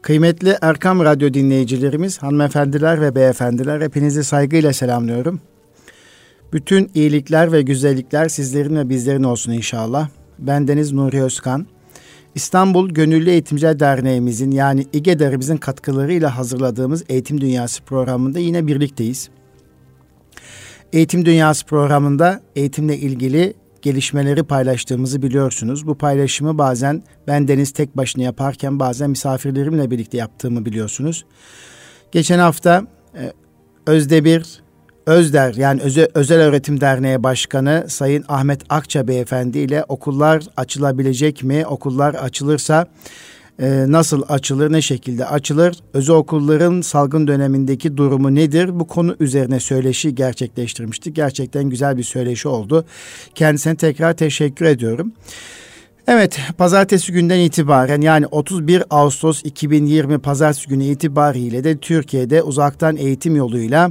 Kıymetli Erkam Radyo dinleyicilerimiz, hanımefendiler ve beyefendiler, hepinizi saygıyla selamlıyorum. Bütün iyilikler ve güzellikler sizlerin ve bizlerin olsun inşallah. Bendeniz Nuri Özkan. İstanbul Gönüllü Eğitimciler Derneğimizin yani İGEDER'imizin katkılarıyla hazırladığımız Eğitim Dünyası programında yine birlikteyiz. Eğitim Dünyası programında eğitimle ilgili gelişmeleri paylaştığımızı biliyorsunuz. Bu paylaşımı bazen bendeniz tek başına yaparken bazen misafirlerimle birlikte yaptığımı biliyorsunuz. Geçen hafta Özder yani Özel Öğretim Derneği Başkanı Sayın Ahmet Akça Beyefendi ile okullar açılabilecek mi? Okullar açılırsa nasıl açılır, ne şekilde açılır? Özel okulların salgın dönemindeki durumu nedir? Bu konu üzerine söyleşi gerçekleştirmiştik. Gerçekten güzel bir söyleşi oldu. Kendisine tekrar teşekkür ediyorum. Evet, pazartesi günden itibaren yani 31 Ağustos 2020 pazartesi günü itibariyle de Türkiye'de uzaktan eğitim yoluyla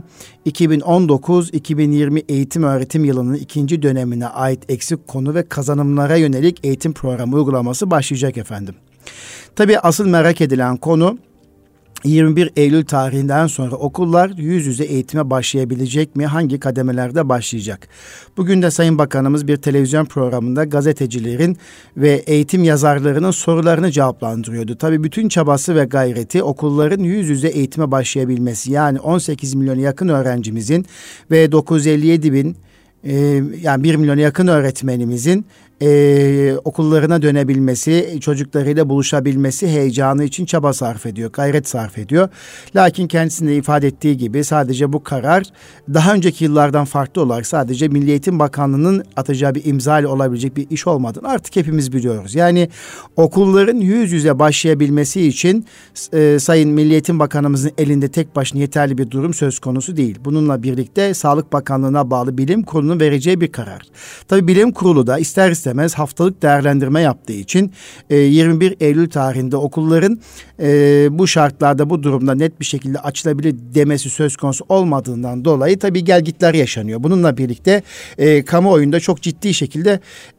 2019-2020 eğitim öğretim yılının ikinci dönemine ait eksik konu ve kazanımlara yönelik eğitim programı uygulaması başlayacak efendim. Tabii asıl merak edilen konu 21 Eylül tarihinden sonra okullar yüz yüze eğitime başlayabilecek mi? Hangi kademelerde başlayacak? Bugün de Sayın Bakanımız bir televizyon programında gazetecilerin ve eğitim yazarlarının sorularını cevaplandırıyordu. Tabii bütün çabası ve gayreti okulların yüz yüze eğitime başlayabilmesi. Yani 18 milyona yakın öğrencimizin ve 957 bin yani 1 milyona yakın öğretmenimizin okullarına dönebilmesi, çocuklarıyla buluşabilmesi heyecanı için çaba sarf ediyor, gayret sarf ediyor. Lakin kendisinin de ifade ettiği gibi sadece bu karar daha önceki yıllardan farklı olarak sadece Milli Eğitim Bakanlığı'nın atacağı bir imza ile olabilecek bir iş olmadığını artık hepimiz biliyoruz. Yani okulların yüz yüze başlayabilmesi için Sayın Milli Eğitim Bakanımızın elinde tek başına yeterli bir durum söz konusu değil. Bununla birlikte Sağlık Bakanlığı'na bağlı Bilim Kurulu'nun vereceği bir karar. Tabii Bilim Kurulu da ister istemez haftalık değerlendirme yaptığı için 21 Eylül tarihinde okulların bu şartlarda bu durumda net bir şekilde açılabilir demesi söz konusu olmadığından dolayı tabii gelgitler yaşanıyor. Bununla birlikte kamuoyunda çok ciddi şekilde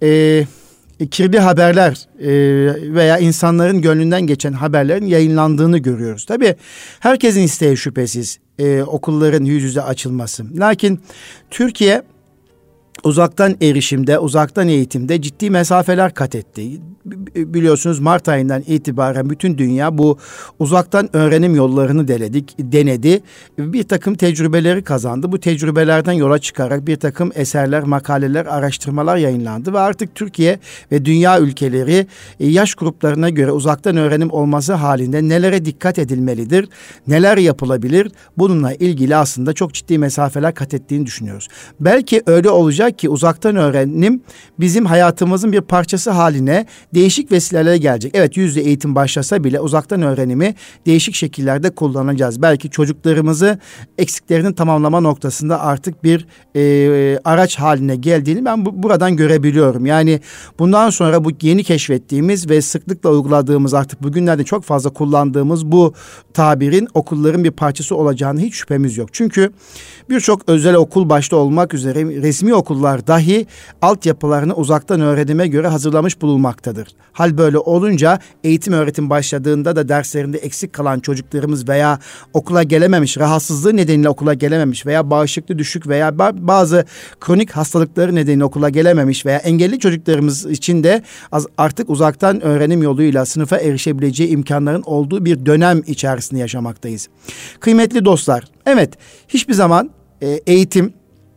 kirli haberler veya insanların gönlünden geçen haberlerin yayınlandığını görüyoruz. Tabii herkesin isteği şüphesiz okulların yüz yüze açılması. Lakin Türkiye uzaktan erişimde, uzaktan eğitimde ciddi mesafeler kat etti. Biliyorsunuz Mart ayından itibaren bütün dünya bu uzaktan öğrenim yollarını denedi. Bir takım tecrübeleri kazandı. Bu tecrübelerden yola çıkarak bir takım eserler, makaleler, araştırmalar yayınlandı. Ve artık Türkiye ve dünya ülkeleri yaş gruplarına göre uzaktan öğrenim olması halinde nelere dikkat edilmelidir, neler yapılabilir? Bununla ilgili aslında çok ciddi mesafeler kat ettiğini düşünüyoruz. Belki öyle olacak ki uzaktan öğrenim bizim hayatımızın bir parçası haline değişik vesilelerle gelecek. Evet, yüz yüze eğitim başlasa bile uzaktan öğrenimi değişik şekillerde kullanacağız. Belki çocuklarımızı eksiklerini tamamlama noktasında artık bir araç haline geldiğini ben buradan görebiliyorum. Yani bundan sonra bu yeni keşfettiğimiz ve sıklıkla uyguladığımız artık bugünlerde çok fazla kullandığımız bu tabirin okulların bir parçası olacağını hiç şüphemiz yok. Çünkü birçok özel okul başta olmak üzere resmi okullar dahi altyapılarını uzaktan öğrenime göre hazırlamış bulunmaktadır. Hal böyle olunca eğitim öğretim başladığında da derslerinde eksik kalan çocuklarımız veya okula gelememiş, rahatsızlığı nedeniyle okula gelememiş veya bağışıklığı düşük veya bazı kronik hastalıkları nedeniyle okula gelememiş veya engelli çocuklarımız için de artık uzaktan öğrenim yoluyla sınıfa erişebileceği imkanların olduğu bir dönem içerisinde yaşamaktayız. Kıymetli dostlar, evet, hiçbir zaman eğitim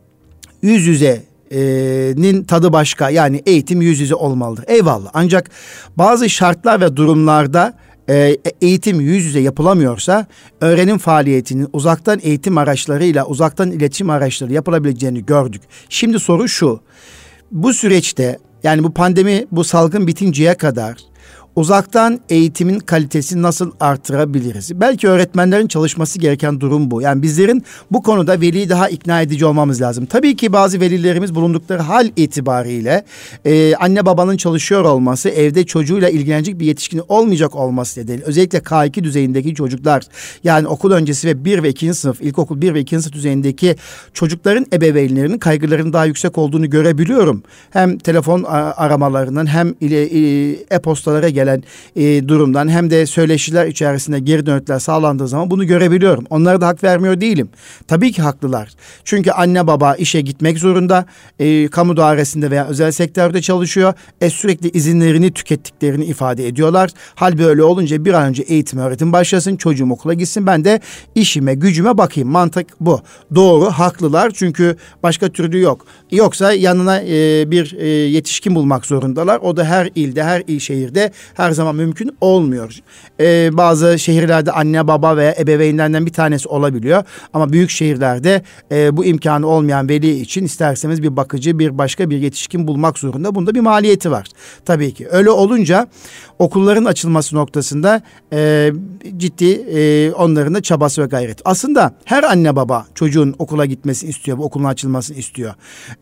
yüz yüze'nin tadı başka, yani eğitim yüz yüze olmalıdır. Eyvallah. Ancak bazı şartlar ve durumlarda eğitim yüz yüze yapılamıyorsa öğrenim faaliyetinin uzaktan eğitim araçlarıyla, uzaktan iletişim araçları yapılabileceğini gördük. Şimdi soru şu: bu süreçte, yani bu pandemi, bu salgın bitinceye kadar uzaktan eğitimin kalitesini nasıl artırabiliriz? Belki öğretmenlerin çalışması gereken durum bu. Yani bizlerin bu konuda veliyi daha ikna edici olmamız lazım. Tabii ki bazı velilerimiz bulundukları hal itibariyle anne babanın çalışıyor olması, evde çocuğuyla ilgilenecek bir yetişkin olmayacak olması nedeniyle özellikle K2 düzeyindeki çocuklar, yani okul öncesi ve 1 ve 2. sınıf, ilkokul 1 ve 2. sınıf düzeyindeki çocukların ebeveynlerinin kaygılarının daha yüksek olduğunu görebiliyorum. Hem telefon aramalarından hem e-postalara gelen gelen durumdan hem de söyleşiler içerisinde geri dönütler sağlandığı zaman bunu görebiliyorum. Onlara da hak vermiyor değilim. Tabii ki haklılar. Çünkü anne baba işe gitmek zorunda. Kamu dairesinde veya özel sektörde çalışıyor. Sürekli izinlerini tükettiklerini ifade ediyorlar. Hal böyle olunca bir an önce eğitim öğretim başlasın. Çocuğum okula gitsin. Ben de işime gücüme bakayım. Mantık bu. Doğru, haklılar. Çünkü başka türlü yok. Yoksa yanına bir yetişkin bulmak zorundalar. O da her ilde, her il şehirde her zaman mümkün olmuyor. Bazı şehirlerde anne baba veya ebeveynlerden bir tanesi olabiliyor. Ama büyük şehirlerde bu imkanı olmayan veli için isterseniz bir bakıcı, bir başka bir yetişkin bulmak zorunda. Bunda bir maliyeti var. Tabii ki. Öyle olunca okulların açılması noktasında ciddi onların da çabası ve gayreti. Aslında her anne baba çocuğun okula gitmesini istiyor, bu okulun açılmasını istiyor.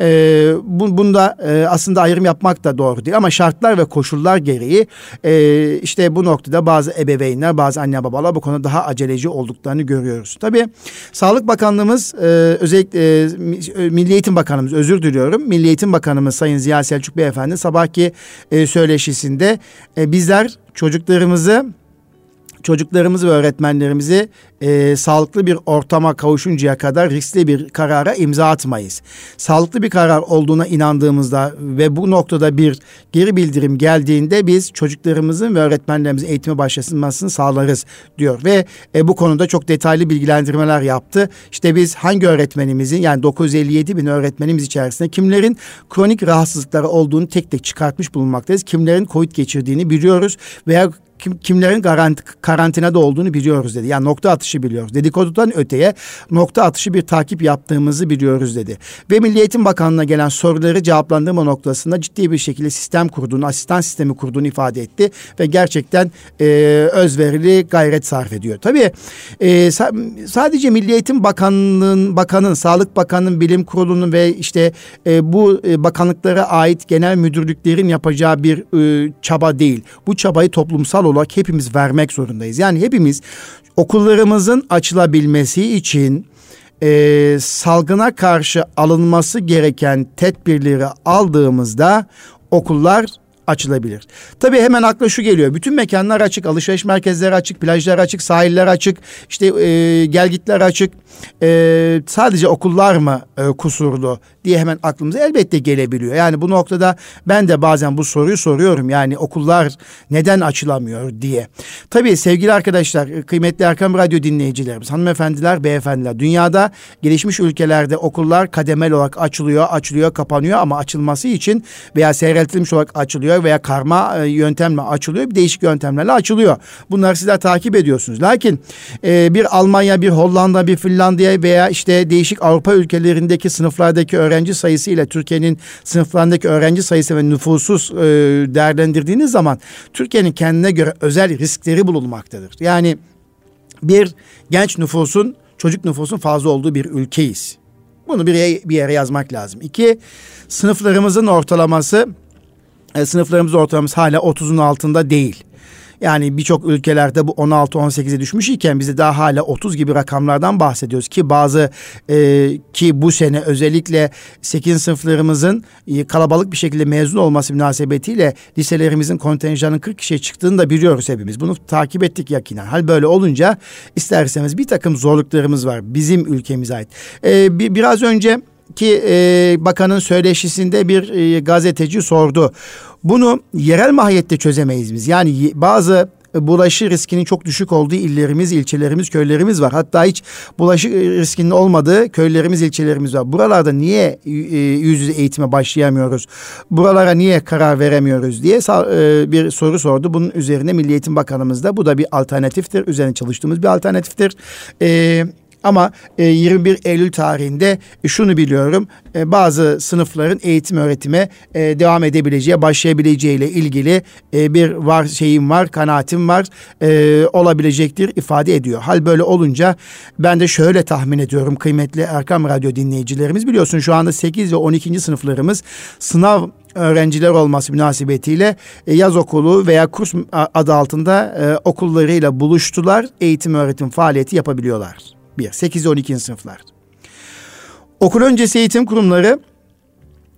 Bunda aslında ayrım yapmak da doğru değil ama şartlar ve koşullar gereği işte bu noktada bazı ebeveynler, bazı anne babalar bu konuda daha aceleci olduklarını görüyoruz. Tabii Sağlık Bakanlığımız özellikle Milli Eğitim Bakanımız, özür diliyorum. Milli Eğitim Bakanımız Sayın Ziya Selçuk Beyefendi sabahki söyleşisinde bizler çocuklarımızı ve öğretmenlerimizi sağlıklı bir ortama kavuşuncaya kadar riskli bir karara imza atmayız. Sağlıklı bir karar olduğuna inandığımızda ve bu noktada bir geri bildirim geldiğinde biz çocuklarımızın ve öğretmenlerimizin eğitime başlasınmasını sağlarız diyor. Ve bu konuda çok detaylı bilgilendirmeler yaptı. İşte biz hangi öğretmenimizin, yani 957 bin öğretmenimiz içerisinde kimlerin kronik rahatsızlıkları olduğunu tek tek çıkartmış bulunmaktayız. Kimlerin COVID geçirdiğini biliyoruz veya kimlerin karantinada olduğunu biliyoruz dedi. Yani nokta atışı biliyoruz. Dedikodudan öteye nokta atışı bir takip yaptığımızı biliyoruz dedi. Ve Milli Eğitim Bakanlığı'na gelen soruları cevaplandırma noktasında ciddi bir şekilde sistem kurduğunu, asistan sistemi kurduğunu ifade etti. Ve gerçekten özverili gayret sarf ediyor. Tabii sadece Milli Eğitim Bakanı'nın, Sağlık Bakanı'nın, Bilim Kurulu'nun ve işte bu bakanlıklara ait genel müdürlüklerin yapacağı bir çaba değil. Bu çabayı toplumsal olarak hepimiz vermek zorundayız. Yani hepimiz okullarımızın açılabilmesi için salgına karşı alınması gereken tedbirleri aldığımızda okullar açılabilir. Tabii hemen akla şu geliyor. Bütün mekanlar açık, alışveriş merkezleri açık, plajlar açık, sahiller açık, işte gelgitler açık. Sadece okullar mı kusurlu diye hemen aklımıza elbette gelebiliyor. Yani bu noktada ben de bazen bu soruyu soruyorum. Yani okullar neden açılamıyor diye. Tabii sevgili arkadaşlar, kıymetli Erkam Radyo dinleyicilerimiz, hanımefendiler, beyefendiler, dünyada gelişmiş ülkelerde okullar kademeli olarak açılıyor, kapanıyor ama açılması için veya seyreltilmiş olarak açılıyor veya karma yöntemle açılıyor, bir değişik yöntemlerle açılıyor. Bunları sizler takip ediyorsunuz. Lakin bir Almanya, bir Hollanda, bir Finlandiya veya işte değişik Avrupa ülkelerindeki sınıflardaki öğrenci sayısı ile Türkiye'nin sınıflarındaki öğrenci sayısı ve nüfusu değerlendirdiğiniz zaman Türkiye'nin kendine göre özel riskleri bulunmaktadır. Yani bir genç nüfusun, çocuk nüfusun fazla olduğu bir ülkeyiz. Bunu bir yere yazmak lazım. 2, sınıflarımızın ortalaması hala 30'un altında değil. Yani birçok ülkelerde bu 16-18'e düşmüş iken biz de daha hala 30 gibi rakamlardan bahsediyoruz ki bu sene özellikle 8. sınıflarımızın kalabalık bir şekilde mezun olması münasebetiyle liselerimizin kontenjanının 40 kişiye çıktığını da biliyoruz hepimiz. Bunu takip ettik yakinen. Hal böyle olunca isterseniz bir takım zorluklarımız var bizim ülkemize ait. Biraz önce ki bakanın söyleşisinde bir gazeteci sordu. Bunu yerel mahiyette çözemeyiz biz. Yani bazı bulaşı riskinin çok düşük olduğu illerimiz, ilçelerimiz, köylerimiz var. Hatta hiç bulaşı riskinin olmadığı köylerimiz, ilçelerimiz var. Buralarda niye yüz yüze eğitime başlayamıyoruz? Buralara niye karar veremiyoruz diye bir soru sordu. Bunun üzerine Milli Eğitim Bakanımız da bu da bir alternatiftir. Üzerine çalıştığımız bir alternatiftir. Ama 21 Eylül tarihinde şunu biliyorum, bazı sınıfların eğitim öğretime devam edebileceği, başlayabileceğiyle ilgili kanaatim var, olabilecektir ifade ediyor. Hal böyle olunca ben de şöyle tahmin ediyorum kıymetli Erkam Radyo dinleyicilerimiz, biliyorsun şu anda 8 ve 12. sınıflarımız sınav öğrenciler olması münasebetiyle yaz okulu veya kurs adı altında okullarıyla buluştular, eğitim öğretim faaliyeti yapabiliyorlar. 8 ve 12. sınıflar. Okul öncesi eğitim kurumları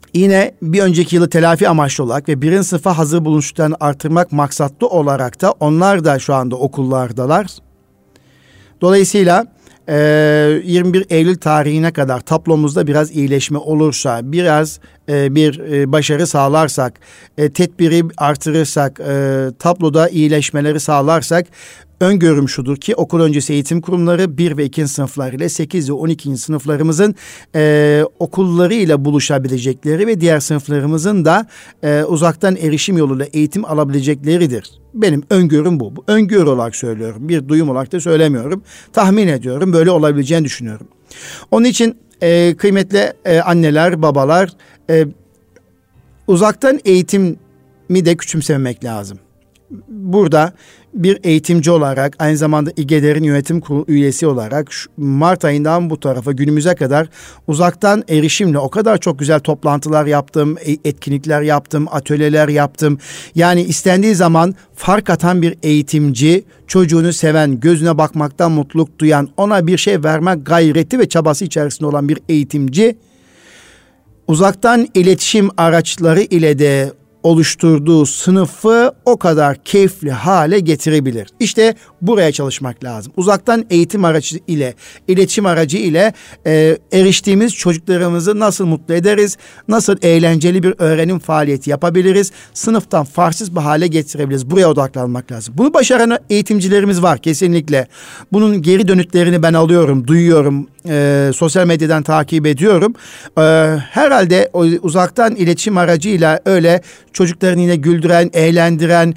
Yine bir önceki yılı telafi amaçlı olarak ve birinci sınıfa hazır bulunuşlarını artırmak maksatlı olarak da onlar da şu anda okullardalar. Dolayısıyla 21 Eylül tarihine kadar tablomuzda biraz iyileşme olursa, biraz bir başarı sağlarsak, tedbiri artırırsak, tabloda iyileşmeleri sağlarsak, öngörüm şudur ki okul öncesi eğitim kurumları 1 ve 2. sınıflar ile 8 ve 12. sınıflarımızın okullarıyla buluşabilecekleri ve diğer sınıflarımızın da uzaktan erişim yoluyla eğitim alabilecekleridir. Benim öngörüm bu. Bu öngörü olarak söylüyorum. Bir duyum olarak da söylemiyorum. Tahmin ediyorum. Böyle olabileceğini düşünüyorum. Onun için kıymetli anneler, babalar, uzaktan eğitimi de küçümsememek lazım. Burada bir eğitimci olarak, aynı zamanda İGEDER'in yönetim kurulu üyesi olarak Mart ayından bu tarafa günümüze kadar uzaktan erişimle o kadar çok güzel toplantılar yaptım, etkinlikler yaptım, atölyeler yaptım. Yani istendiği zaman fark atan bir eğitimci, çocuğunu seven, gözüne bakmaktan mutluluk duyan, ona bir şey verme gayreti ve çabası içerisinde olan bir eğitimci, uzaktan iletişim araçları ile de oluşturduğu sınıfı o kadar keyifli hale getirebilir. İşte buraya çalışmak lazım. Uzaktan eğitim aracı ile, iletişim aracı ile eriştiğimiz çocuklarımızı nasıl mutlu ederiz? Nasıl eğlenceli bir öğrenim faaliyeti yapabiliriz? Sınıftan farksız bir hale getirebiliriz. Buraya odaklanmak lazım. Bunu başaran eğitimcilerimiz var kesinlikle. Bunun geri dönütlerini ben alıyorum, duyuyorum. Sosyal medyadan takip ediyorum. Herhalde uzaktan iletişim aracıyla öyle çocuklarını yine güldüren, eğlendiren,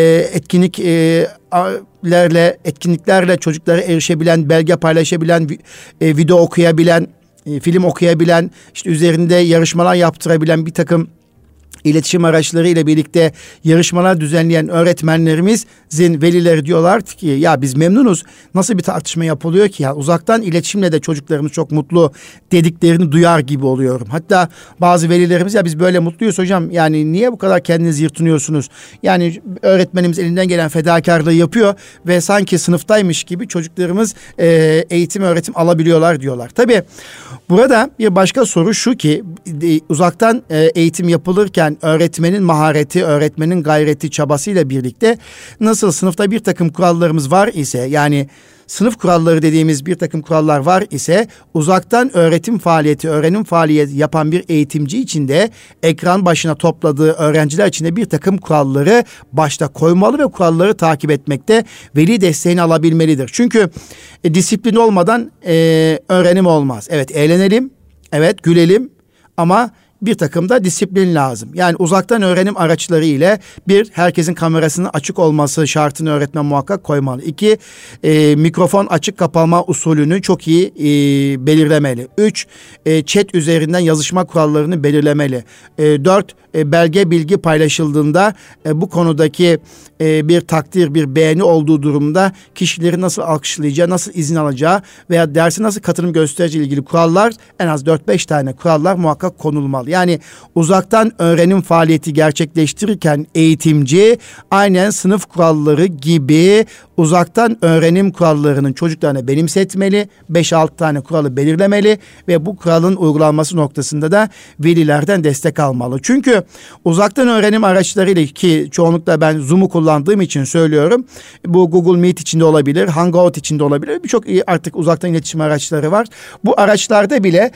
etkinliklerle çocuklara erişebilen, belge paylaşabilen, video okuyabilen, film okuyabilen, işte üzerinde yarışmalar yaptırabilen bir takım iletişim araçları ile birlikte yarışmalar düzenleyen öğretmenlerimizin velileri diyorlar ki ya biz memnunuz. Nasıl bir tartışma yapılıyor ki ya uzaktan iletişimle de çocuklarımız çok mutlu dediklerini duyar gibi oluyorum. Hatta bazı velilerimiz ya biz böyle mutluyuz hocam yani niye bu kadar kendinizi yırtınıyorsunuz? Yani öğretmenimiz elinden gelen fedakarlığı yapıyor ve sanki sınıftaymış gibi çocuklarımız eğitim öğretim alabiliyorlar diyorlar. Tabii burada bir başka soru şu ki uzaktan eğitim yapılırken öğretmenin mahareti, öğretmenin gayreti, çabasıyla birlikte nasıl sınıfta bir takım kurallarımız var ise yani sınıf kuralları dediğimiz bir takım kurallar var ise uzaktan öğretim faaliyeti, öğrenim faaliyeti yapan bir eğitimci için de ekran başına topladığı öğrenciler için de bir takım kuralları başta koymalı ve kuralları takip etmekte veli desteğini alabilmelidir. Çünkü disiplin olmadan öğrenim olmaz. Evet eğlenelim, evet gülelim ama bir takım da disiplin lazım. Yani uzaktan öğrenim araçları ile herkesin kamerasının açık olması şartını öğretmen muhakkak koymalı. 2, mikrofon açık kapama usulünü çok iyi belirlemeli. 3, chat üzerinden yazışma kurallarını belirlemeli. 4, belge bilgi paylaşıldığında bu konudaki bir takdir, bir beğeni olduğu durumda kişileri nasıl alkışlayacağı, nasıl izin alacağı veya dersi nasıl katılım göstereceği ilgili kurallar en az 4-5 tane kurallar muhakkak konulmalı. Yani uzaktan öğrenim faaliyeti gerçekleştirirken eğitimci aynen sınıf kuralları gibi uzaktan öğrenim kurallarının çocuklarına benimsetmeli, 5-6 tane kuralı belirlemeli ve bu kuralın uygulanması noktasında da velilerden destek almalı. Çünkü uzaktan öğrenim araçlarıyla ki çoğunlukla ben Zoom'u kullandığım için söylüyorum. Bu Google Meet içinde olabilir, Hangout içinde olabilir. Birçok artık uzaktan iletişim araçları var. Bu araçlarda bile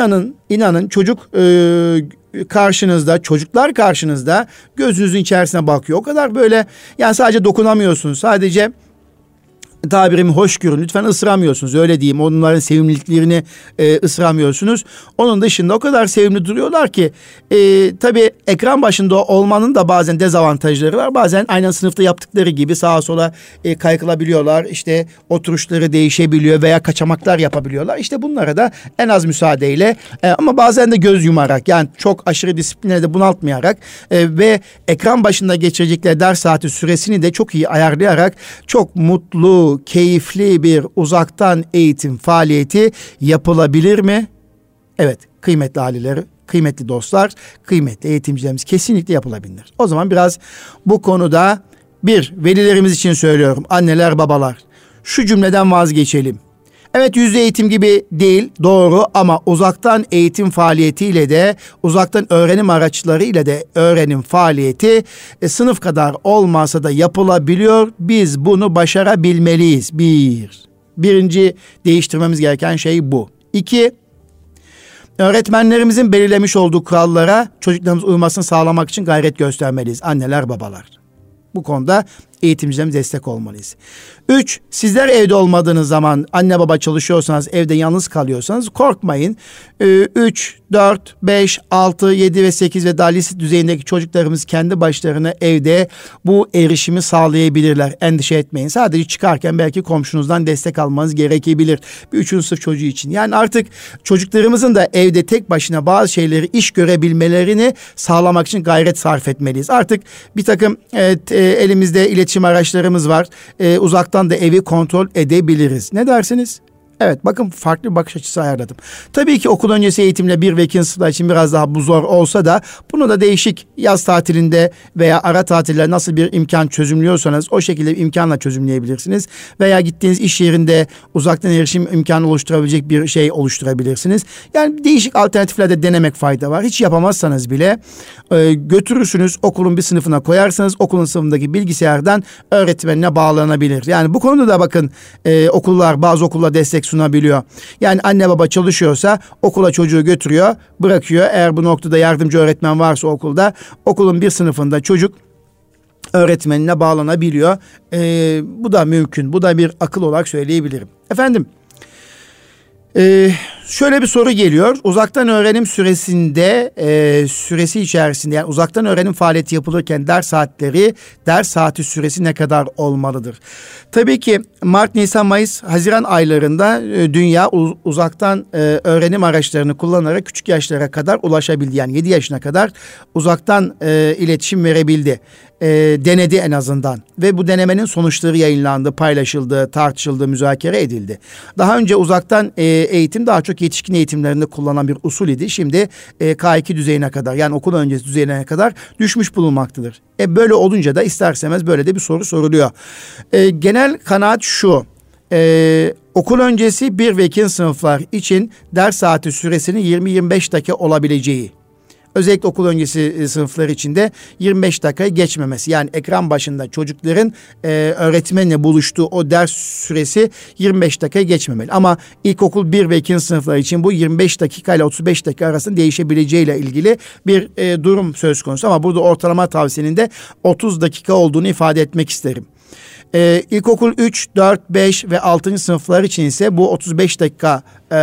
inanın çocuk karşınızda, çocuklar karşınızda gözünüzün içerisine bakıyor. O kadar böyle yani sadece dokunamıyorsunuz. Sadece tabirimi hoş görün. Lütfen ısıramıyorsunuz. Öyle diyeyim. Onların sevimliliklerini ısıramıyorsunuz. Onun dışında o kadar sevimli duruyorlar ki tabii ekran başında olmanın da bazen dezavantajları var. Bazen aynen sınıfta yaptıkları gibi sağa sola kaykılabiliyorlar. İşte oturuşları değişebiliyor veya kaçamaklar yapabiliyorlar. İşte bunlara da en az müsaadeyle ama bazen de göz yumarak yani çok aşırı disipline de bunaltmayarak ve ekran başında geçirecekleri ders saati süresini de çok iyi ayarlayarak çok mutlu, keyifli bir uzaktan eğitim faaliyeti yapılabilir mi? Evet, kıymetli aileler, kıymetli dostlar, kıymetli eğitimcilerimiz kesinlikle yapılabilir. O zaman biraz bu konuda velilerimiz için söylüyorum. Anneler, babalar, şu cümleden vazgeçelim. Evet, yüzde eğitim gibi değil, doğru, ama uzaktan eğitim faaliyetiyle de, uzaktan öğrenim araçlarıyla de öğrenim faaliyeti sınıf kadar olmasa da yapılabiliyor. Biz bunu başarabilmeliyiz. Birinci değiştirmemiz gereken şey bu. 2, öğretmenlerimizin belirlemiş olduğu kurallara çocuklarımız uymasını sağlamak için gayret göstermeliyiz. Anneler, babalar. Bu konuda eğitimcilerimize destek olmalıyız. 3, sizler evde olmadığınız zaman, anne baba çalışıyorsanız, evde yalnız kalıyorsanız korkmayın. 3, 4, 5, 6, 7 ve 8 ve daha lise düzeyindeki çocuklarımız kendi başlarına evde bu erişimi sağlayabilirler. Endişe etmeyin. Sadece çıkarken belki komşunuzdan destek almanız gerekebilir. Bir 3. sınıf çocuğu için. Yani artık çocuklarımızın da evde tek başına bazı şeyleri iş görebilmelerini sağlamak için gayret sarf etmeliyiz. Artık bir takım elimizde iletişim araçlarımız var. Uzaktan da evi kontrol edebiliriz. Ne dersiniz? Evet, bakın farklı bir bakış açısı ayarladım. Tabii ki okul öncesi eğitimle 1 ve 2. sınıflar için biraz daha bu zor olsa da bunu da değişik yaz tatilinde veya ara tatiller nasıl bir imkan çözümlüyorsanız o şekilde bir imkanla çözümleyebilirsiniz. Veya gittiğiniz iş yerinde uzaktan erişim imkanı oluşturabilecek bir şey oluşturabilirsiniz. Yani değişik alternatiflerde denemek fayda var. Hiç yapamazsanız bile götürürsünüz, okulun bir sınıfına koyarsınız. Okulun sınıfındaki bilgisayardan öğretmenine bağlanabilir. Yani bu konuda da bakın bazı okullar destek sunabiliyor. Yani anne baba çalışıyorsa okula çocuğu götürüyor, bırakıyor. Eğer bu noktada yardımcı öğretmen varsa okulda, okulun bir sınıfında çocuk öğretmenine bağlanabiliyor. Bu da mümkün. Bu da bir akıl olarak söyleyebilirim. Efendim, şöyle bir soru geliyor. Uzaktan öğrenim süresi içerisinde, yani uzaktan öğrenim faaliyeti yapılırken ders saati süresi ne kadar olmalıdır? Tabii ki Mart, Nisan, Mayıs, Haziran aylarında dünya uzaktan öğrenim araçlarını kullanarak küçük yaşlara kadar ulaşabildi. Yani 7 yaşına kadar uzaktan iletişim verebildi. Denedi en azından ve bu denemenin sonuçları yayınlandı, paylaşıldı, tartışıldı, müzakere edildi. Daha önce uzaktan eğitim daha çok yetişkin eğitimlerinde kullanılan bir usul idi. Şimdi K2 düzeyine kadar, yani okul öncesi düzeyine kadar düşmüş bulunmaktadır. Böyle olunca da ister istemez böyle de bir soru soruluyor. Genel kanaat şu: okul öncesi 1 ve 2. sınıflar için ders saati süresinin 20-25 dakika olabileceği. Özellikle okul öncesi sınıflar içinde 25 dakikayı geçmemesi. Yani ekran başında çocukların öğretmenle buluştuğu o ders süresi 25 dakikayı geçmemeli. Ama ilkokul 1 ve 2. sınıflar için bu 25 dakika ile 35 dakika arasında değişebileceğiyle ilgili bir durum söz konusu. Ama burada ortalama tavsiyenin de 30 dakika olduğunu ifade etmek isterim. İlkokul 3, 4, 5 ve 6. sınıflar için ise bu 35 dakika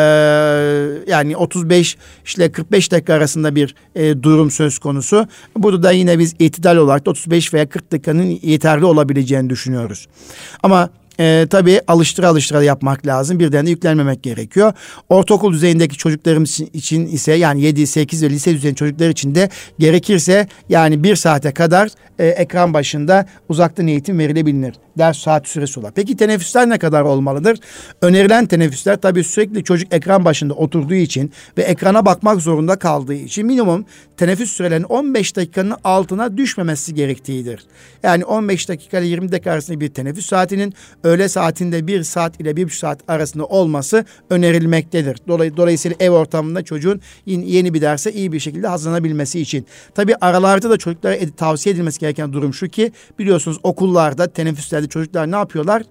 yani 35 ile 45 dakika arasında bir durum söz konusu. Burada da yine biz itidal olarak 35 veya 40 dakikanın yeterli olabileceğini düşünüyoruz. Ama tabii alıştıra yapmak lazım. Birden de yüklenmemek gerekiyor. Ortaokul düzeyindeki çocuklarımız için ise, yani 7, 8 ve lise düzeyindeki çocuklar için de gerekirse yani 1 saate kadar ekran başında uzaktan eğitim verilebilir. Ders saat süresi olarak. Peki teneffüsler ne kadar olmalıdır? Önerilen teneffüsler tabii sürekli çocuk ekran başında oturduğu için ve ekrana bakmak zorunda kaldığı için minimum teneffüs sürelerinin 15 dakikanın altına düşmemesi gerektiğidir. Yani 15 dakika ile 20 dakika arasında bir teneffüs saatinin, öğle saatinde 1 saat ile 1,5 saat arasında olması önerilmektedir. Dolayısıyla ev ortamında çocuğun yeni bir derse iyi bir şekilde hazırlanabilmesi için. Tabii aralarda da çocuklara tavsiye edilmesi gereken durum şu ki, biliyorsunuz okullarda, teneffüslerde çocuklar ne yapıyorlar?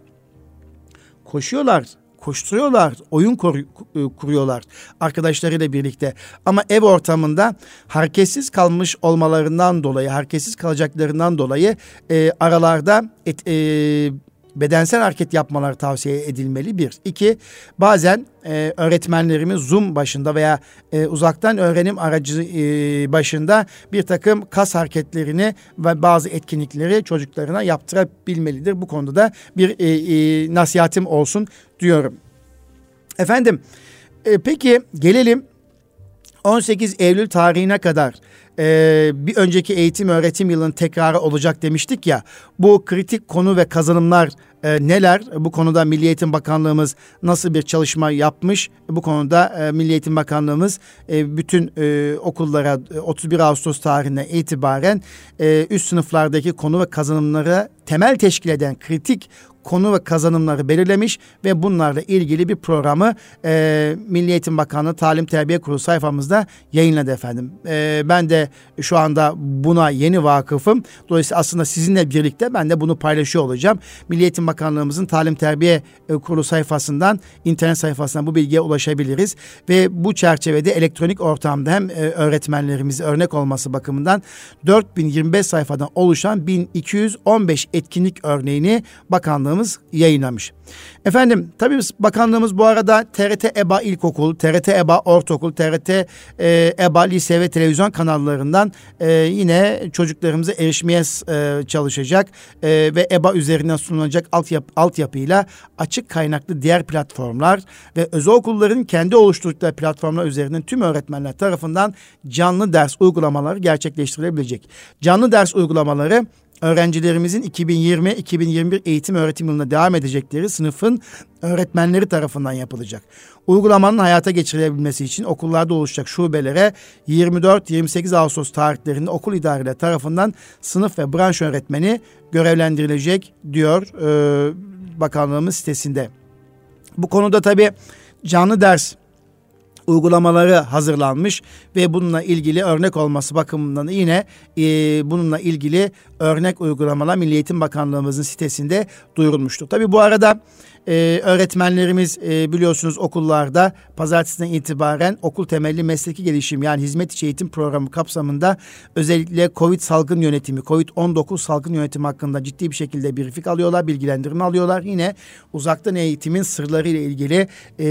Koşturuyorlar, oyun kuruyorlar arkadaşlarıyla birlikte. Ama ev ortamında hareketsiz kalmış olmalarından dolayı, hareketsiz kalacaklarından dolayı aralarda bedensel hareket yapmaları tavsiye edilmeli. 1. 2. Bazen öğretmenlerimiz Zoom başında veya uzaktan öğrenim aracı başında bir takım kas hareketlerini ve bazı etkinlikleri çocuklarına yaptırabilmelidir. Bu konuda da bir nasihatim olsun diyorum. Efendim, peki gelelim 18 Eylül tarihine kadar bir önceki eğitim öğretim yılının tekrarı olacak demiştik ya. Bu kritik konu ve kazanımlar neler? Bu konuda Milli Eğitim Bakanlığımız nasıl bir çalışma yapmış? Bu konuda Milli Eğitim Bakanlığımız bütün okullara 31 Ağustos tarihine itibaren üst sınıflardaki konu ve kazanımları temel teşkil eden kritik konu ve kazanımları belirlemiş ve bunlarla ilgili bir programı Milli Eğitim Bakanlığı Talim Terbiye Kurulu sayfamızda yayınladı efendim. Ben de şu anda buna yeni vakıfım. Dolayısıyla aslında sizinle birlikte ben de bunu paylaşıyor olacağım. Milli Eğitim Bakanlığımızın Talim Terbiye Kurulu sayfasından, internet sayfasından bu bilgiye ulaşabiliriz. Ve bu çerçevede elektronik ortamda hem öğretmenlerimize örnek olması bakımından 4025 sayfadan oluşan 1215 etkinlik örneğini bakanlığımız yayınlamış. Efendim tabii bakanlığımız bu arada TRT EBA İlkokul, TRT EBA Ortaokul, TRT EBA Lise ve Televizyon kanallarından yine çocuklarımıza erişmeye çalışacak ve EBA üzerinden sunulacak altyapıyla açık kaynaklı diğer platformlar ve özel okulların kendi oluşturdukları platformlar üzerinden tüm öğretmenler tarafından canlı ders uygulamaları gerçekleştirilebilecek. Canlı ders uygulamaları öğrencilerimizin 2020-2021 eğitim öğretim yılına devam edecekleri sınıfın öğretmenleri tarafından yapılacak. Uygulamanın hayata geçirilebilmesi için okullarda oluşacak şubelere 24-28 Ağustos tarihlerinde okul idareleri tarafından sınıf ve branş öğretmeni görevlendirilecek diyor bakanlığımız sitesinde. Bu konuda tabii canlı ders uygulamaları hazırlanmış ve bununla ilgili örnek olması bakımından yine bununla ilgili örnek uygulamalar Milli Eğitim Bakanlığımızın sitesinde duyurulmuştur. Tabii bu arada öğretmenlerimiz biliyorsunuz okullarda pazartesiden itibaren okul temelli mesleki gelişim yani hizmet içi eğitim programı kapsamında özellikle Covid-19 salgın yönetimi hakkında ciddi bir şekilde briefing alıyorlar, bilgilendirme alıyorlar. Yine uzaktan eğitimin sırları ile ilgili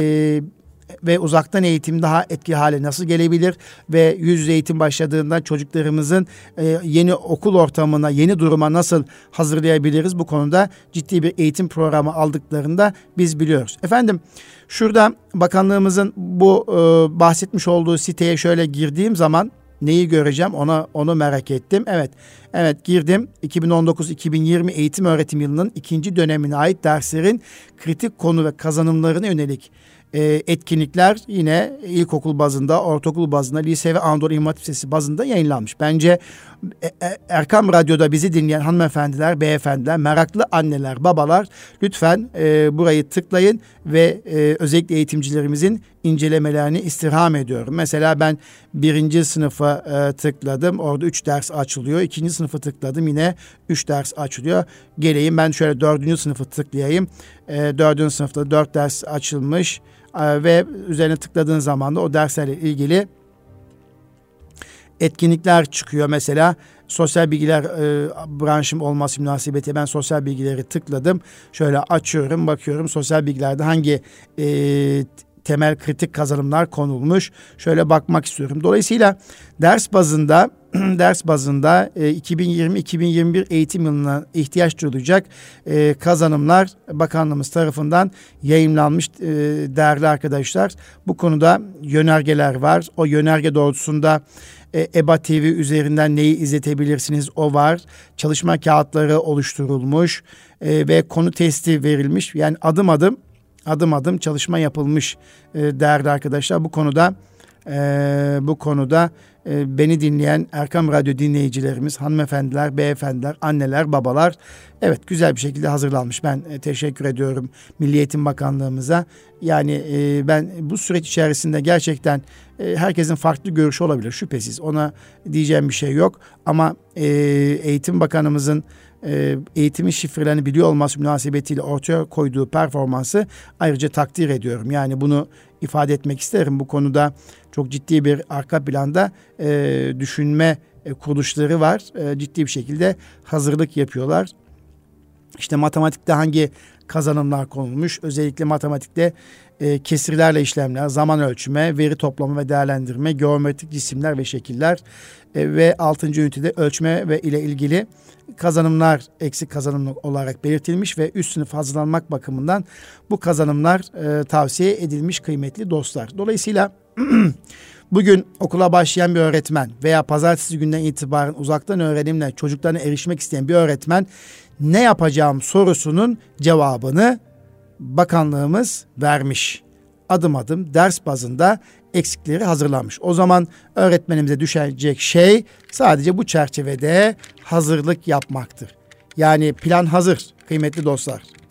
ve uzaktan eğitim daha etkili hale nasıl gelebilir ve yüz yüze eğitim başladığında çocuklarımızın yeni okul ortamına, yeni duruma nasıl hazırlayabiliriz? Bu konuda ciddi bir eğitim programı aldıklarında biz biliyoruz. Efendim şurada bakanlığımızın bu bahsetmiş olduğu siteye şöyle girdiğim zaman neyi göreceğim onu merak ettim. Evet girdim. 2019-2020 eğitim öğretim yılının 2. dönemine ait derslerin kritik konu ve kazanımlarına yönelik etkinlikler yine ilkokul bazında, ortaokul bazında, lise ve Anadolu İmam Hatip Lisesi bazında yayınlanmış. Bence Erkam Radyo'da bizi dinleyen hanımefendiler, beyefendiler, meraklı anneler, babalar lütfen burayı tıklayın ve özellikle eğitimcilerimizin incelemelerini istirham ediyorum. Mesela ben 1. sınıfa tıkladım. Orada 3 ders açılıyor. 2. sınıfı tıkladım. Yine 3 ders açılıyor. Geleyim ben şöyle 4. sınıfı tıklayayım. 4. sınıfta 4 ders açılmış ve üzerine tıkladığın zaman da o derslerle ilgili etkinlikler çıkıyor. Mesela sosyal bilgiler branşım olması münasebetiyle ben sosyal bilgileri tıkladım. Şöyle açıyorum, bakıyorum sosyal bilgilerde hangi temel kritik kazanımlar konulmuş. Şöyle bakmak istiyorum. Dolayısıyla ders bazında 2020-2021 eğitim yılına ihtiyaç duyulacak kazanımlar bakanlığımız tarafından yayımlanmış değerli arkadaşlar. Bu konuda yönergeler var. O yönerge doğrultusunda EBA TV üzerinden neyi izletebilirsiniz o var. Çalışma kağıtları oluşturulmuş ve konu testi verilmiş. Yani adım adım çalışma yapılmış değerli arkadaşlar. Bu konuda beni dinleyen Erkam Radyo dinleyicilerimiz, hanımefendiler, beyefendiler, anneler, babalar evet güzel bir şekilde hazırlanmış. Ben teşekkür ediyorum Milli Eğitim Bakanlığımıza. Yani ben bu süreç içerisinde gerçekten herkesin farklı görüşü olabilir şüphesiz. Ona diyeceğim bir şey yok. Ama Eğitim Bakanımızın eğitimin şifrelerini biliyor olması münasebetiyle ortaya koyduğu performansı ayrıca takdir ediyorum. Yani bunu ifade etmek isterim. Bu konuda çok ciddi bir arka planda düşünme kuruluşları var. Ciddi bir şekilde hazırlık yapıyorlar. İşte matematikte hangi kazanımlar konulmuş? Özellikle matematikte kesirlerle işlemler, zaman ölçme, veri toplama ve değerlendirme, geometrik cisimler ve şekiller ve 6. ünitede ölçme ve ile ilgili kazanımlar eksik kazanım olarak belirtilmiş ve üst sınıf hazırlanmak bakımından bu kazanımlar tavsiye edilmiş kıymetli dostlar. Dolayısıyla bugün okula başlayan bir öğretmen veya pazartesi günden itibaren uzaktan öğrenimle çocuklarına erişmek isteyen bir öğretmen ne yapacağım sorusunun cevabını bakanlığımız vermiş. Adım adım ders bazında eksikleri hazırlanmış. O zaman öğretmenimize düşecek şey sadece bu çerçevede hazırlık yapmaktır. Yani plan hazır kıymetli dostlar.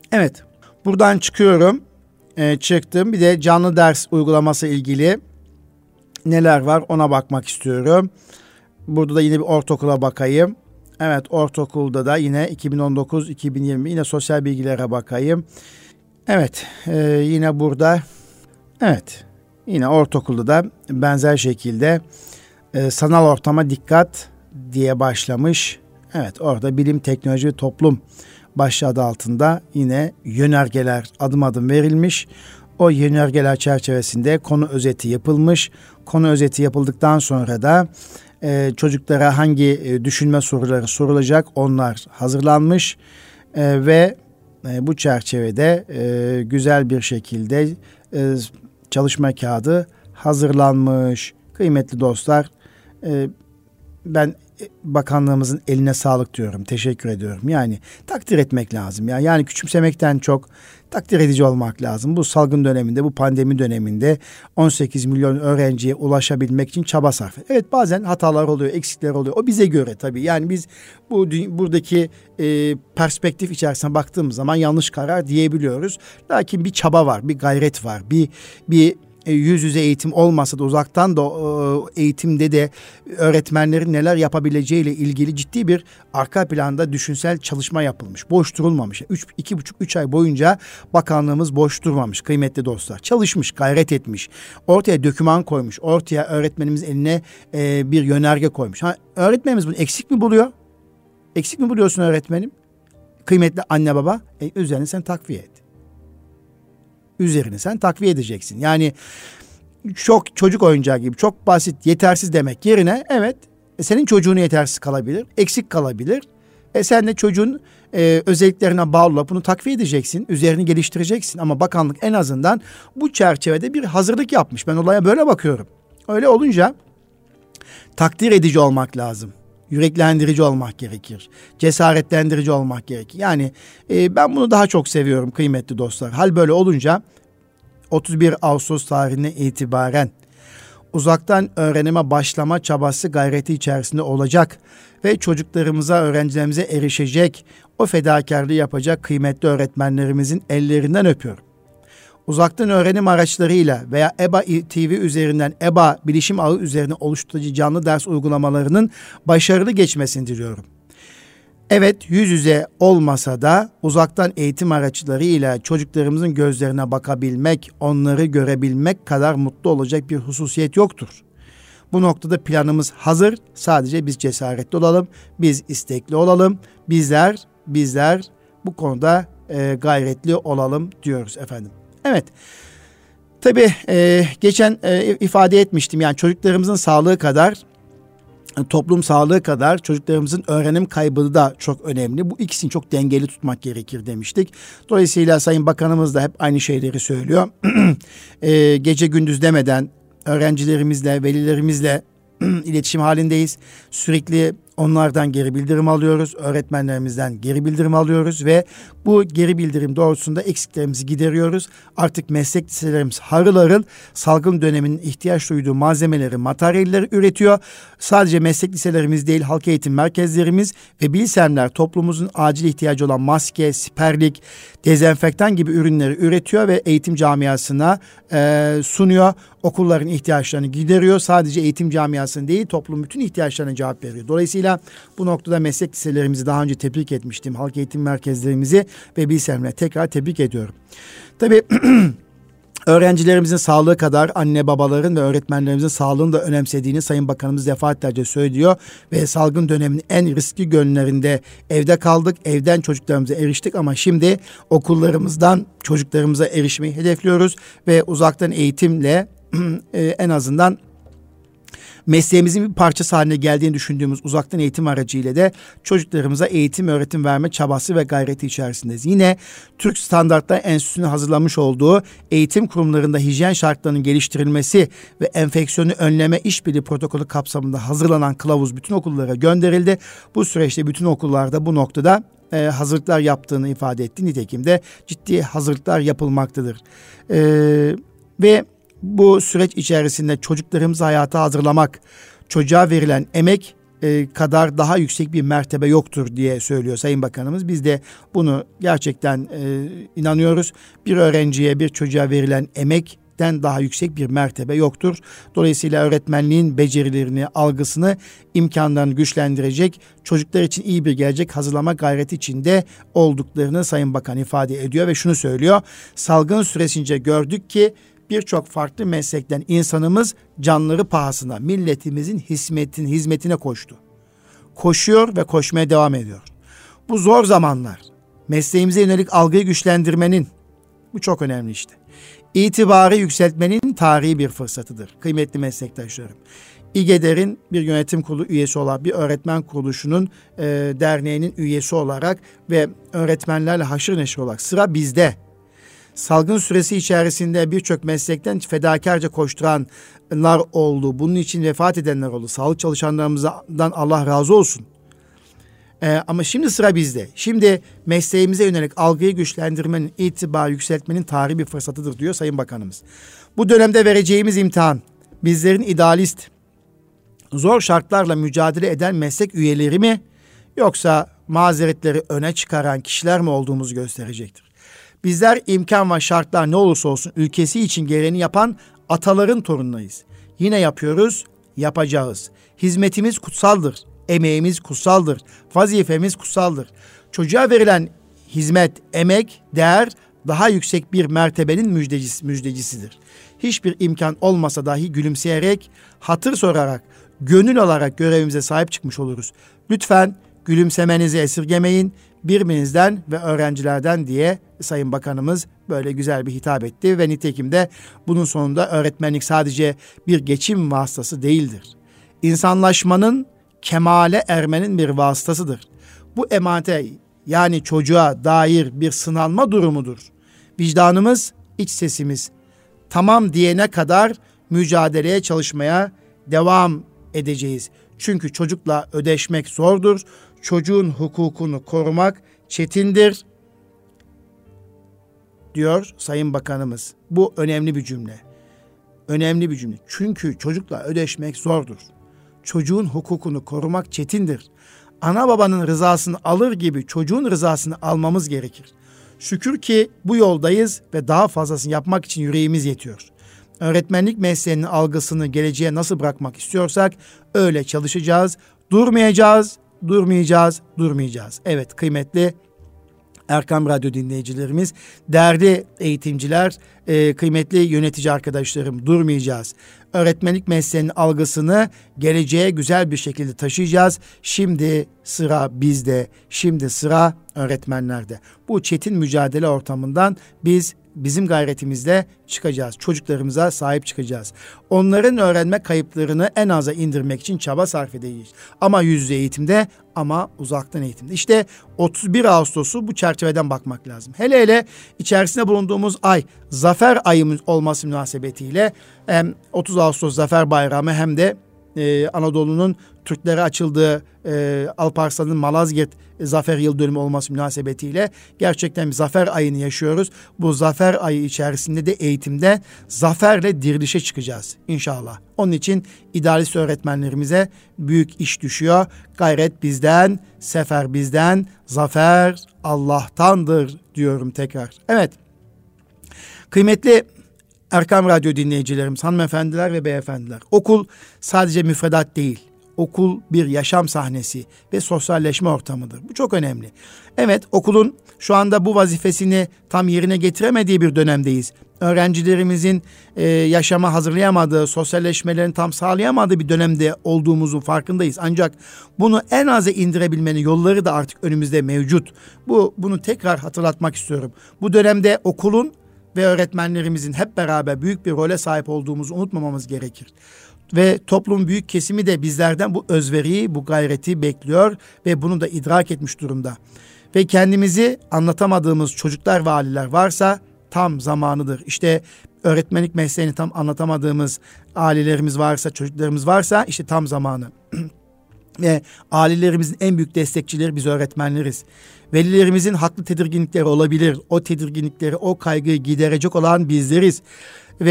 Evet, buradan çıkıyorum. Çıktım. Bir de canlı ders uygulaması ilgili neler var ona bakmak istiyorum. Burada da yine bir ortaokula bakayım. Evet, ortaokulda da yine 2019-2020 yine sosyal bilgilere bakayım. Evet, yine burada, evet, yine ortaokulda da benzer şekilde sanal ortama dikkat diye başlamış. Evet, orada bilim, teknoloji ve toplum başlığı adı altında yine yönergeler adım adım verilmiş. O yönergeler çerçevesinde konu özeti yapılmış. Konu özeti yapıldıktan sonra da çocuklara hangi düşünme soruları sorulacak onlar hazırlanmış ve bu çerçevede güzel bir şekilde çalışma kağıdı hazırlanmış. Kıymetli dostlar, ben bakanlığımızın eline sağlık diyorum. Teşekkür ediyorum. Yani takdir etmek lazım ya. Yani küçümsemekten çok takdir edici olmak lazım. Bu salgın döneminde, bu pandemi döneminde 18 milyon öğrenciye ulaşabilmek için çaba sarf. Evet, bazen hatalar oluyor, eksikler oluyor. O bize göre tabii. Yani biz buradaki perspektif içerisine baktığımız zaman yanlış karar diyebiliyoruz. Lakin bir çaba var, bir gayret var, bir yüz yüze eğitim olmasa da uzaktan da eğitimde de öğretmenlerin neler yapabileceğiyle ilgili ciddi bir arka planda düşünsel çalışma yapılmış. Boş durulmamış. 2,5-3 ay boyunca bakanlığımız boş durmamış kıymetli dostlar. Çalışmış, gayret etmiş. Ortaya doküman koymuş. Ortaya öğretmenimiz eline bir yönerge koymuş. Öğretmenimiz bunu eksik mi buluyor? Eksik mi buluyorsun öğretmenim? Kıymetli anne baba, üzerine sen takviye et. Üzerini sen takviye edeceksin. Yani çok çocuk oyuncağı gibi çok basit, yetersiz demek yerine evet senin çocuğun yetersiz kalabilir, eksik kalabilir. Sen de çocuğun özelliklerine bağlı olarak bunu takviye edeceksin, üzerini geliştireceksin. Ama bakanlık en azından bu çerçevede bir hazırlık yapmış. Ben olaya böyle bakıyorum. Öyle olunca takdir edici olmak lazım. Yüreklendirici olmak gerekir. Cesaretlendirici olmak gerekir. Yani ben bunu daha çok seviyorum kıymetli dostlar. Hal böyle olunca 31 Ağustos tarihine itibaren uzaktan öğrenime başlama çabası gayreti içerisinde olacak ve çocuklarımıza, öğrencilerimize erişecek, o fedakarlığı yapacak kıymetli öğretmenlerimizin ellerinden öpüyorum. Uzaktan öğrenim araçlarıyla veya EBA TV üzerinden, EBA bilişim ağı üzerine oluşturucu canlı ders uygulamalarının başarılı geçmesini diliyorum. Evet, yüz yüze olmasa da uzaktan eğitim araçlarıyla çocuklarımızın gözlerine bakabilmek, onları görebilmek kadar mutlu olacak bir hususiyet yoktur. Bu noktada planımız hazır. Sadece biz cesaretli olalım, biz istekli olalım, bizler bu konuda gayretli olalım diyoruz efendim. Evet, tabii geçen ifade etmiştim, yani çocuklarımızın sağlığı kadar, toplum sağlığı kadar çocuklarımızın öğrenim kaybı da çok önemli. Bu ikisini çok dengeli tutmak gerekir demiştik. Dolayısıyla Sayın Bakanımız da hep aynı şeyleri söylüyor. Gece gündüz demeden öğrencilerimizle, velilerimizle iletişim halindeyiz. Sürekli onlardan geri bildirim alıyoruz. Öğretmenlerimizden geri bildirim alıyoruz ve bu geri bildirim doğrultusunda eksiklerimizi gideriyoruz. Artık meslek liselerimiz harıl harıl salgın döneminin ihtiyaç duyduğu malzemeleri, materyalleri üretiyor. Sadece meslek liselerimiz değil, halk eğitim merkezlerimiz ve bilsenler toplumumuzun acil ihtiyacı olan maske, siperlik, dezenfektan gibi ürünleri üretiyor ve eğitim camiasına sunuyor. Okulların ihtiyaçlarını gideriyor. Sadece eğitim camiasının değil, toplumun bütün ihtiyaçlarına cevap veriyor. Dolayısıyla bu noktada meslek liselerimizi daha önce tebrik etmiştim. Halk eğitim merkezlerimizi ve bilsenlerle tekrar tebrik ediyorum. Tabii öğrencilerimizin sağlığı kadar anne babaların ve öğretmenlerimizin sağlığını da önemsediğini Sayın Bakanımız defaatlerce söylüyor ve salgın döneminin en riskli günlerinde evde kaldık, evden çocuklarımıza eriştik ama şimdi okullarımızdan çocuklarımıza erişmeyi hedefliyoruz ve uzaktan eğitimle en azından mesleğimizin bir parçası haline geldiğini düşündüğümüz uzaktan eğitim aracıyla da çocuklarımıza eğitim, öğretim verme çabası ve gayreti içerisindeyiz. Yine Türk Standartlar Enstitüsü'nün hazırlamış olduğu eğitim kurumlarında hijyen şartlarının geliştirilmesi ve enfeksiyonu önleme işbirliği protokolü kapsamında hazırlanan kılavuz bütün okullara gönderildi. Bu süreçte bütün okullarda bu noktada hazırlıklar yaptığını ifade etti. Nitekim de ciddi hazırlıklar yapılmaktadır. Ve bu süreç içerisinde çocuklarımızı hayata hazırlamak, çocuğa verilen emek kadar daha yüksek bir mertebe yoktur diye söylüyor Sayın Bakanımız. Biz de bunu gerçekten inanıyoruz. Bir öğrenciye, bir çocuğa verilen emekten daha yüksek bir mertebe yoktur. Dolayısıyla öğretmenliğin becerilerini, algısını, imkanlarını güçlendirecek, çocuklar için iyi bir gelecek hazırlama gayreti içinde olduklarını Sayın Bakan ifade ediyor ve şunu söylüyor. Salgın süresince gördük ki birçok farklı meslekten insanımız canları pahasına milletimizin hizmetine koştu. Koşuyor ve koşmaya devam ediyor. Bu zor zamanlar mesleğimize yönelik algıyı güçlendirmenin, bu çok önemli işte, itibarı yükseltmenin tarihi bir fırsatıdır. Kıymetli meslektaşlarım. İGEDER'in bir yönetim kurulu üyesi olarak, bir öğretmen kuruluşunun derneğinin üyesi olarak ve öğretmenlerle haşır neşir olarak sıra bizde. Salgın süresi içerisinde birçok meslekten fedakarca koşturanlar oldu. Bunun için vefat edenler oldu. Sağlık çalışanlarımızdan Allah razı olsun. Ama şimdi sıra bizde. Şimdi mesleğimize yönelik algıyı güçlendirmenin, itibarı yükseltmenin tarihi bir fırsatıdır diyor Sayın Bakanımız. Bu dönemde vereceğimiz imtihan, bizlerin idealist, zor şartlarla mücadele eden meslek üyeleri mi, yoksa mazeretleri öne çıkaran kişiler mi olduğumuzu gösterecektir. Bizler imkan ve şartlar ne olursa olsun ülkesi için gereğini yapan ataların torunlarıyız. Yine yapıyoruz, yapacağız. Hizmetimiz kutsaldır, emeğimiz kutsaldır, vazifemiz kutsaldır. Çocuğa verilen hizmet, emek, değer daha yüksek bir mertebenin müjdecisidir. Hiçbir imkan olmasa dahi gülümseyerek, hatır sorarak, gönül alarak görevimize sahip çıkmış oluruz. Lütfen gülümsemenizi esirgemeyin, birbirinizden ve öğrencilerden diye Sayın Bakanımız böyle güzel bir hitap etti ve nitekim de bunun sonunda öğretmenlik sadece bir geçim vasıtası değildir. İnsanlaşmanın, kemale ermenin bir vasıtasıdır. Bu emanete, yani çocuğa dair bir sınanma durumudur. Vicdanımız, iç sesimiz tamam diyene kadar mücadeleye, çalışmaya devam edeceğiz. Çünkü çocukla ödeşmek zordur. Çocuğun hukukunu korumak çetindir, diyor Sayın Bakanımız. Bu önemli bir cümle. Önemli bir cümle. Çünkü çocukla ödeşmek zordur. Çocuğun hukukunu korumak çetindir. Ana babanın rızasını alır gibi çocuğun rızasını almamız gerekir. Şükür ki bu yoldayız ve daha fazlasını yapmak için yüreğimiz yetiyor. Öğretmenlik mesleğinin algısını geleceğe nasıl bırakmak istiyorsak öyle çalışacağız. Durmayacağız. Evet kıymetli Erkam Radyo dinleyicilerimiz, değerli eğitimciler, kıymetli yönetici arkadaşlarım, durmayacağız. Öğretmenlik mesleğinin algısını geleceğe güzel bir şekilde taşıyacağız. Şimdi sıra bizde, şimdi sıra öğretmenlerde. Bu çetin mücadele ortamından bizim gayretimizle çıkacağız. Çocuklarımıza sahip çıkacağız. Onların öğrenme kayıplarını en aza indirmek için çaba sarf edeceğiz. Ama yüz yüze eğitimde, ama uzaktan eğitimde. İşte 31 Ağustos'u bu çerçeveden bakmak lazım. Hele içerisinde bulunduğumuz ay Zafer ayımız olması münasebetiyle hem 30 Ağustos Zafer Bayramı hem de Anadolu'nun Türklere açıldığı Alparslan'ın Malazgirt Zafer Yıl Dönümü olması münasebetiyle gerçekten bir zafer ayını yaşıyoruz. Bu zafer ayı içerisinde de eğitimde zaferle dirilişe çıkacağız inşallah. Onun için idealist öğretmenlerimize büyük iş düşüyor. Gayret bizden, sefer bizden, zafer Allah'tandır diyorum tekrar. Evet, kıymetli Erkam Radyo dinleyicilerimiz, hanımefendiler ve beyefendiler, okul sadece müfredat değil, okul bir yaşam sahnesi ve sosyalleşme ortamıdır. Bu çok önemli. Evet, okulun şu anda bu vazifesini tam yerine getiremediği bir dönemdeyiz. Öğrencilerimizin yaşama hazırlayamadığı, sosyalleşmelerini tam sağlayamadığı bir dönemde olduğumuzun farkındayız. Ancak bunu en aza indirebilmenin yolları da artık önümüzde mevcut. Bunu tekrar hatırlatmak istiyorum. Bu dönemde okulun ve öğretmenlerimizin hep beraber büyük bir role sahip olduğumuzu unutmamamız gerekir. Ve toplumun büyük kesimi de bizlerden bu özveriyi, bu gayreti bekliyor ve bunu da idrak etmiş durumda. Ve kendimizi anlatamadığımız çocuklar ve aileler varsa tam zamanıdır. İşte öğretmenlik mesleğini tam anlatamadığımız ailelerimiz varsa, çocuklarımız varsa işte tam zamanı. Ve ailelerimizin en büyük destekçileri biz öğretmenleriz. Velilerimizin haklı tedirginlikleri olabilir. O tedirginlikleri, o kaygıyı giderecek olan bizleriz. Ve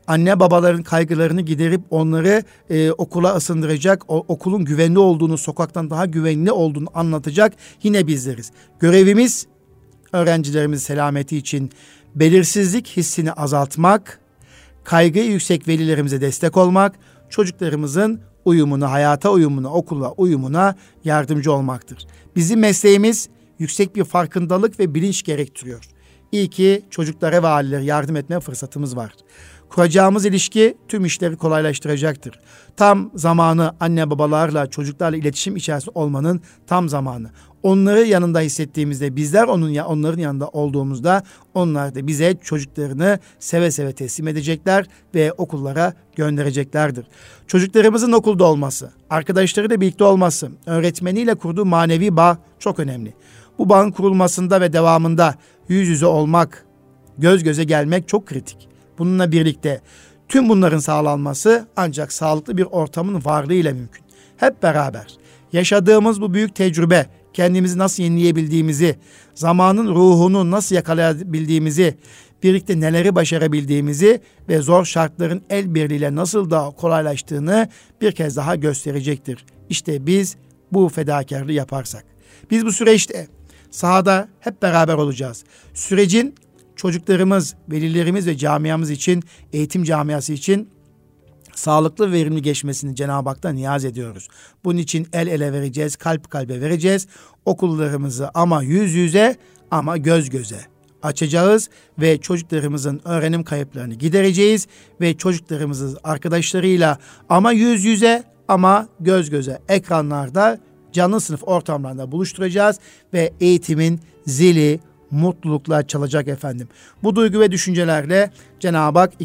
anne babaların kaygılarını giderip onları okula ısındıracak, okulun güvenli olduğunu, sokaktan daha güvenli olduğunu anlatacak yine bizleriz. Görevimiz öğrencilerimizin selameti için belirsizlik hissini azaltmak, kaygı yüksek velilerimize destek olmak, çocuklarımızın uyumuna, hayata uyumuna, okula uyumuna yardımcı olmaktır. Bizim mesleğimiz yüksek bir farkındalık ve bilinç gerektiriyor. İyi ki çocuklara ve ailelere yardım etme fırsatımız var. Kuracağımız ilişki tüm işleri kolaylaştıracaktır. Tam zamanı anne babalarla, çocuklarla iletişim içerisinde olmanın tam zamanı. Onları yanında hissettiğimizde, bizler onların yanında olduğumuzda onlar da bize çocuklarını seve seve teslim edecekler ve okullara göndereceklerdir. Çocuklarımızın okulda olması, arkadaşlarıyla birlikte olması, öğretmeniyle kurduğu manevi bağ çok önemli. Bu bağın kurulmasında ve devamında yüz yüze olmak, göz göze gelmek çok kritik. Bununla birlikte tüm bunların sağlanması ancak sağlıklı bir ortamın varlığıyla mümkün. Hep beraber yaşadığımız bu büyük tecrübe, kendimizi nasıl yenileyebildiğimizi, zamanın ruhunu nasıl yakalayabildiğimizi, birlikte neleri başarabildiğimizi ve zor şartların el birliğiyle nasıl daha kolaylaştığını bir kez daha gösterecektir. İşte biz bu fedakarlığı yaparsak. Biz bu süreçte sahada hep beraber olacağız. Sürecin çocuklarımız, velilerimiz ve camiamız için, eğitim camiası için sağlıklı ve verimli geçmesini Cenab-ı Hak'tan niyaz ediyoruz. Bunun için el ele vereceğiz, kalp kalbe vereceğiz. Okullarımızı ama yüz yüze ama göz göze açacağız ve çocuklarımızın öğrenim kayıplarını gidereceğiz ve çocuklarımızın arkadaşlarıyla ama yüz yüze ama göz göze ekranlarda canlı sınıf ortamlarında buluşturacağız ve eğitimin zili mutlulukla çalacak efendim. Bu duygu ve düşüncelerle Cenab-ı Hak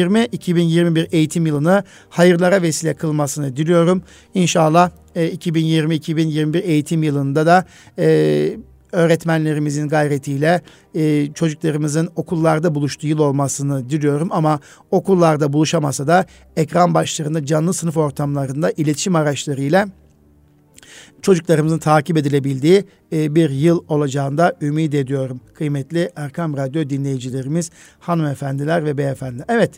2020-2021 eğitim yılını hayırlara vesile kılmasını diliyorum. İnşallah 2020-2021 eğitim yılında da öğretmenlerimizin gayretiyle çocuklarımızın okullarda buluştuğu yıl olmasını diliyorum. Ama okullarda buluşamasa da ekran başlarında canlı sınıf ortamlarında iletişim araçlarıyla çocuklarımızın takip edilebildiği bir yıl olacağını da ümit ediyorum. Kıymetli Erkam Radyo dinleyicilerimiz, hanımefendiler ve beyefendiler. Evet,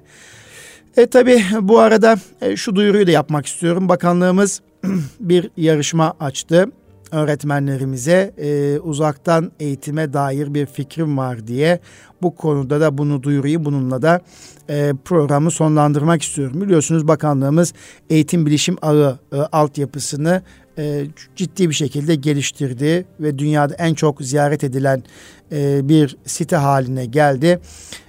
tabii bu arada şu duyuruyu da yapmak istiyorum. Bakanlığımız bir yarışma açtı. Öğretmenlerimize uzaktan eğitime dair bir fikrim var diye bu konuda da bunu duyurayım. Bununla da programı sonlandırmak istiyorum. Biliyorsunuz bakanlığımız eğitim bilişim ağı altyapısını ciddi bir şekilde geliştirdi ve dünyada en çok ziyaret edilen bir site haline geldi.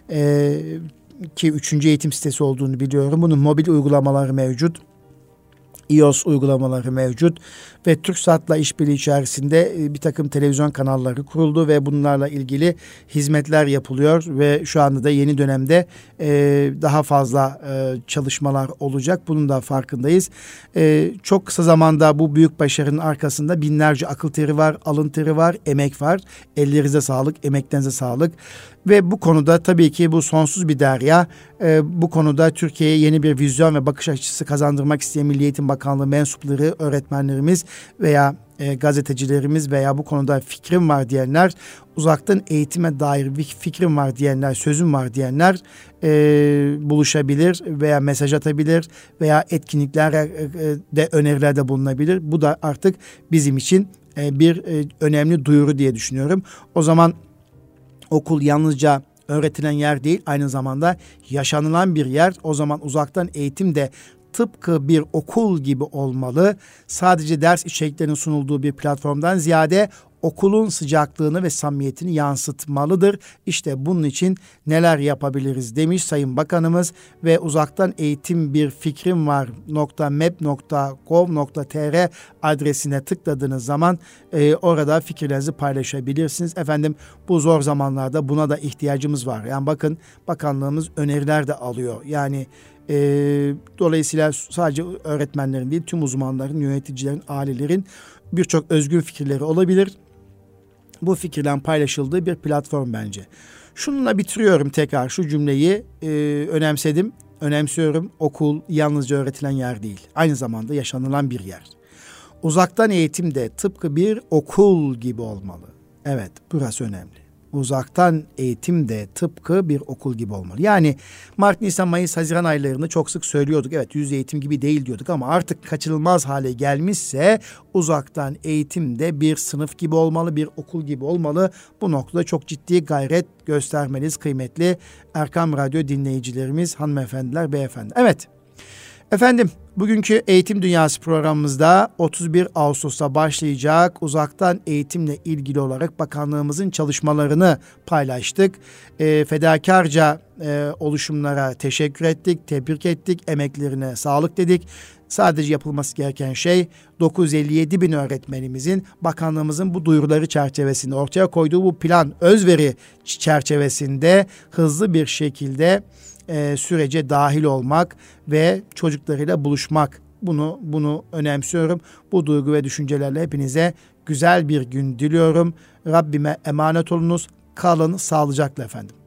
Ki 3. eğitim sitesi olduğunu biliyorum. Bunun mobil uygulamaları mevcut. iOS uygulamaları mevcut ve TürkSat'la işbirliği içerisinde bir takım televizyon kanalları kuruldu ve bunlarla ilgili hizmetler yapılıyor ve şu anda da yeni dönemde daha fazla çalışmalar olacak. Bunun da farkındayız. Çok kısa zamanda bu büyük başarının arkasında binlerce akıl teri var, alın teri var, emek var. Ellerinize sağlık, emeklerinize sağlık. Ve bu konuda tabii ki bu sonsuz bir derya. Bu konuda Türkiye'ye yeni bir vizyon ve bakış açısı kazandırmak isteyen Milli Eğitim Bakanlığı mensupları, öğretmenlerimiz veya gazetecilerimiz veya bu konuda fikrim var diyenler, uzaktan eğitime dair bir fikrim var diyenler, sözüm var diyenler buluşabilir veya mesaj atabilir veya etkinliklerde önerilerde bulunabilir. Bu da artık bizim için bir önemli duyuru diye düşünüyorum. O zaman okul yalnızca öğretilen yer değil, aynı zamanda yaşanılan bir yer. O zaman uzaktan eğitim de tıpkı bir okul gibi olmalı. Sadece ders içeriklerinin sunulduğu bir platformdan ziyade okulun sıcaklığını ve samimiyetini yansıtmalıdır. İşte bunun için neler yapabiliriz demiş Sayın Bakanımız ve uzaktan eğitim bir fikrim var .mep.gov.tr adresine tıkladığınız zaman orada fikirlerinizi paylaşabilirsiniz. Efendim bu zor zamanlarda buna da ihtiyacımız var. Yani bakın bakanlığımız öneriler de alıyor. Yani dolayısıyla sadece öğretmenlerin değil tüm uzmanların, yöneticilerin, ailelerin birçok özgün fikirleri olabilir. Bu fikirlerin paylaşıldığı bir platform bence. Şununla bitiriyorum tekrar şu cümleyi önemsiyorum. Okul yalnızca öğretilen yer değil. Aynı zamanda yaşanılan bir yer. Uzaktan eğitim de tıpkı bir okul gibi olmalı. Evet, burası önemli. uzaktan eğitim de tıpkı bir okul gibi olmalı. Yani Mart, Nisan, Mayıs, Haziran aylarını çok sık söylüyorduk. Evet, yüz eğitim gibi değil diyorduk ama artık kaçınılmaz hale gelmişse uzaktan eğitim de bir sınıf gibi olmalı, bir okul gibi olmalı. Bu noktada çok ciddi gayret göstermeliyiz kıymetli Erkam Radyo dinleyicilerimiz, hanımefendiler, beyefendi. Evet. Efendim, bugünkü Eğitim Dünyası programımızda 31 Ağustos'ta başlayacak uzaktan eğitimle ilgili olarak bakanlığımızın çalışmalarını paylaştık. Fedakarca oluşumlara teşekkür ettik, tebrik ettik, emeklerine sağlık dedik. Sadece yapılması gereken şey 957 bin öğretmenimizin bakanlığımızın bu duyuruları çerçevesinde ortaya koyduğu bu plan, özveri çerçevesinde hızlı bir şekilde sürece dahil olmak ve çocuklarıyla buluşmak. Bunu önemsiyorum. Bu duygu ve düşüncelerle hepinize güzel bir gün diliyorum. Rabbime emanet olunuz. Kalın sağlıcakla efendim.